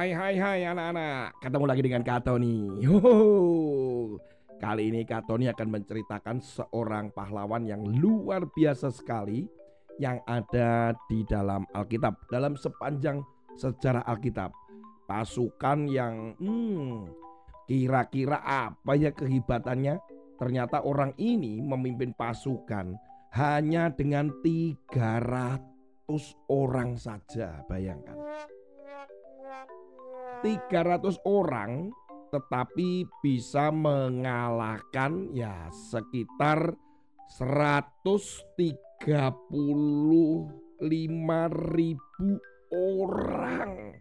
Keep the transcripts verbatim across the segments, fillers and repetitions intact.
Hai hai hai anak-anak, ketemu lagi dengan Kak Tony. Yoho. Kali ini Kak Tony akan menceritakan seorang pahlawan yang luar biasa sekali yang ada di dalam Alkitab, dalam sepanjang sejarah Alkitab. Pasukan yang hmm, kira-kira apa ya kehebatannya? Ternyata orang ini memimpin pasukan hanya dengan tiga ratus orang saja, bayangkan. tiga ratus orang tetapi bisa mengalahkan ya sekitar seratus tiga puluh lima ribu orang.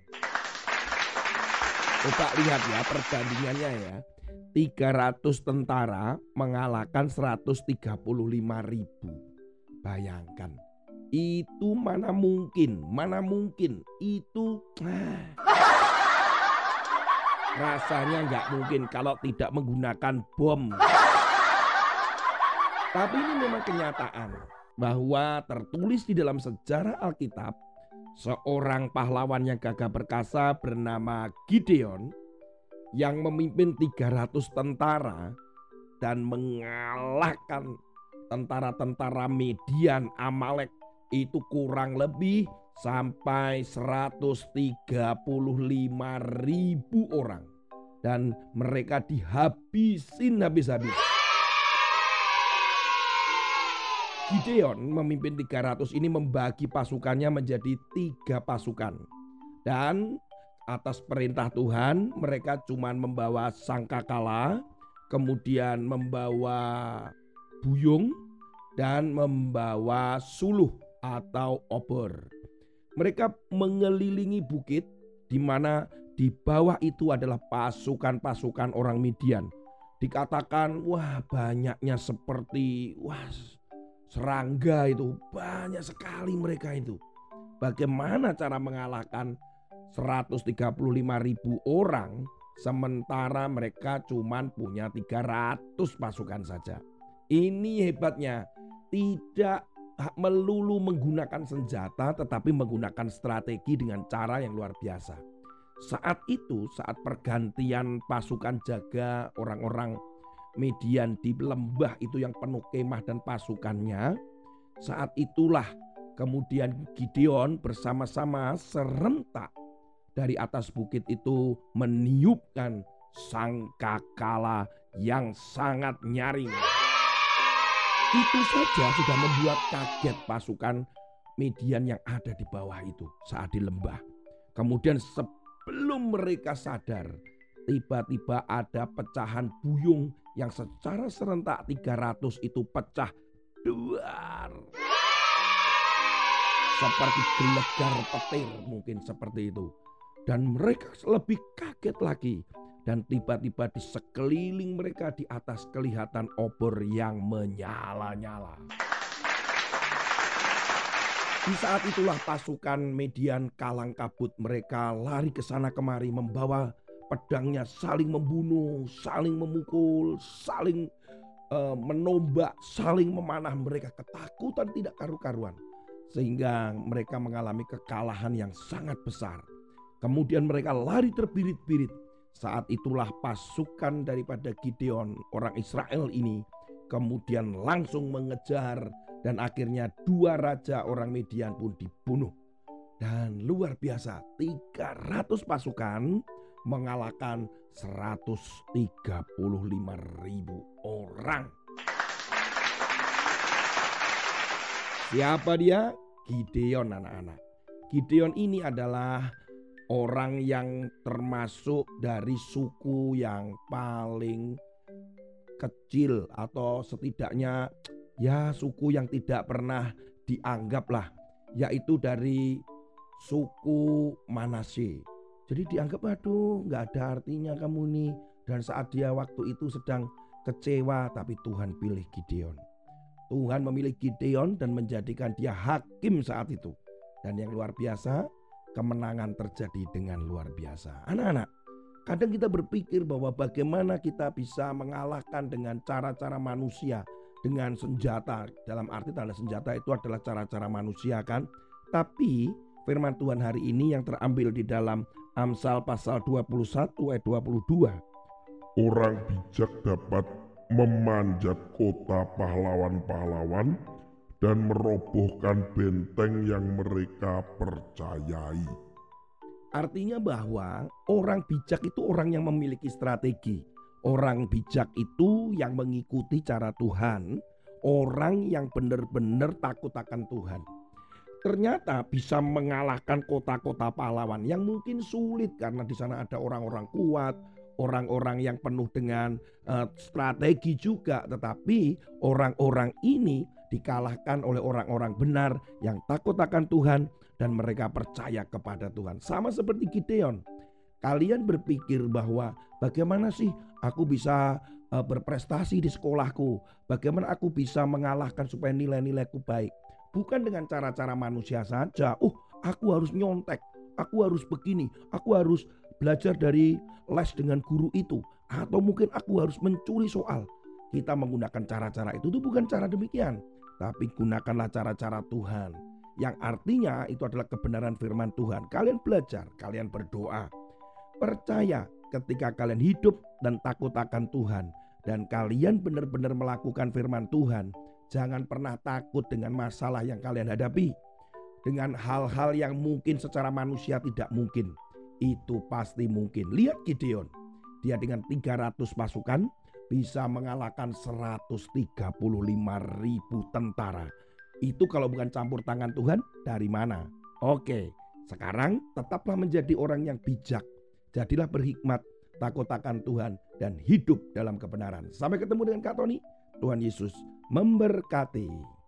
Coba lihat ya perbandingannya ya. tiga ratus tentara mengalahkan seratus tiga puluh lima ribu. Bayangkan. Itu mana mungkin, mana mungkin itu rasanya nggak mungkin kalau tidak menggunakan bom. Tapi ini memang kenyataan bahwa tertulis di dalam sejarah Alkitab, seorang pahlawan yang gagah perkasa bernama Gideon yang memimpin tiga ratus tentara dan mengalahkan tentara-tentara Median, Amalek itu kurang lebih sampai seratus tiga puluh lima ribu orang. Dan mereka dihabisin habis-habis. Gideon memimpin tiga ratus ini membagi pasukannya menjadi tiga pasukan. Dan atas perintah Tuhan mereka cuma membawa sangkakala, kemudian membawa buyung, dan membawa suluh atau obor. Mereka mengelilingi bukit di mana di bawah itu adalah pasukan-pasukan orang Midian. Dikatakan wah banyaknya seperti wah serangga itu, banyak sekali mereka itu. Bagaimana cara mengalahkan seratus tiga puluh lima ribu orang sementara mereka cuma punya tiga ratus pasukan saja. Ini hebatnya, tidak melulu menggunakan senjata tetapi menggunakan strategi dengan cara yang luar biasa. Saat itu, saat pergantian pasukan jaga orang-orang Median di lembah itu yang penuh kemah dan pasukannya, saat itulah kemudian Gideon bersama-sama serentak dari atas bukit itu meniupkan sangkakala yang sangat nyaring. Itu saja sudah membuat kaget pasukan Median yang ada di bawah itu saat di lembah. Kemudian sebelum mereka sadar, tiba-tiba ada pecahan buyung yang secara serentak tiga ratus itu pecah duar. Seperti gelegar petir mungkin seperti itu. Dan mereka lebih kaget lagi. Dan tiba-tiba di sekeliling mereka di atas kelihatan obor yang menyala-nyala. Di saat itulah pasukan Median kalang kabut, mereka lari ke sana kemari membawa pedangnya, saling membunuh, saling memukul, saling uh, menombak, saling memanah. Mereka ketakutan tidak karu-karuan sehingga mereka mengalami kekalahan yang sangat besar. Kemudian mereka lari terbirit-birit. Saat itulah pasukan daripada Gideon, orang Israel ini, kemudian langsung mengejar dan akhirnya dua raja orang Median pun dibunuh. Dan luar biasa, tiga ratus pasukan mengalahkan seratus tiga puluh lima ribu orang. Siapa dia? Gideon, anak-anak. Gideon ini adalah orang yang termasuk dari suku yang paling kecil atau setidaknya ya suku yang tidak pernah dianggap lah, yaitu dari suku Manasye. Jadi dianggap aduh nggak ada artinya kamu nih. Dan saat dia waktu itu sedang kecewa, tapi Tuhan pilih Gideon. Tuhan memilih Gideon dan menjadikan dia hakim saat itu. Dan yang luar biasa, kemenangan terjadi dengan luar biasa. Anak-anak, kadang kita berpikir bahwa bagaimana kita bisa mengalahkan dengan cara-cara manusia, dengan senjata. Dalam arti tanda senjata itu adalah cara-cara manusia kan. Tapi firman Tuhan hari ini yang terambil di dalam Amsal pasal dua puluh satu ayat dua puluh dua. Orang bijak dapat memanjat kota pahlawan-pahlawan dan merobohkan benteng yang mereka percayai. Artinya bahwa orang bijak itu orang yang memiliki strategi. Orang bijak itu yang mengikuti cara Tuhan. Orang yang benar-benar takut akan Tuhan. Ternyata bisa mengalahkan kota-kota pahlawan yang mungkin sulit karena di sana ada orang-orang kuat, orang-orang yang penuh dengan uh, strategi juga. Tetapi orang-orang ini dikalahkan oleh orang-orang benar yang takut akan Tuhan dan mereka percaya kepada Tuhan. Sama seperti Gideon. Kalian berpikir bahwa bagaimana sih aku bisa uh, berprestasi di sekolahku? Bagaimana aku bisa mengalahkan supaya nilai-nilaiku baik? Bukan dengan cara-cara manusia saja. Oh, aku harus nyontek, aku harus begini, aku harus belajar dari les dengan guru itu. Atau mungkin aku harus mencuri soal. Kita menggunakan cara-cara itu, itu bukan cara demikian. Tapi gunakanlah cara-cara Tuhan. Yang artinya itu adalah kebenaran firman Tuhan. Kalian belajar, kalian berdoa. Percaya ketika kalian hidup dan takut akan Tuhan. Dan kalian benar-benar melakukan firman Tuhan. Jangan pernah takut dengan masalah yang kalian hadapi. Dengan hal-hal yang mungkin secara manusia tidak mungkin. Itu pasti mungkin. Lihat Gideon. Dia dengan tiga ratus pasukan bisa mengalahkan seratus tiga puluh lima ribu tentara. Itu kalau bukan campur tangan Tuhan, dari mana? Oke, sekarang tetaplah menjadi orang yang bijak. Jadilah berhikmat, takut akan Tuhan, dan hidup dalam kebenaran. Sampai ketemu dengan Kak Tony. Tuhan Yesus memberkati.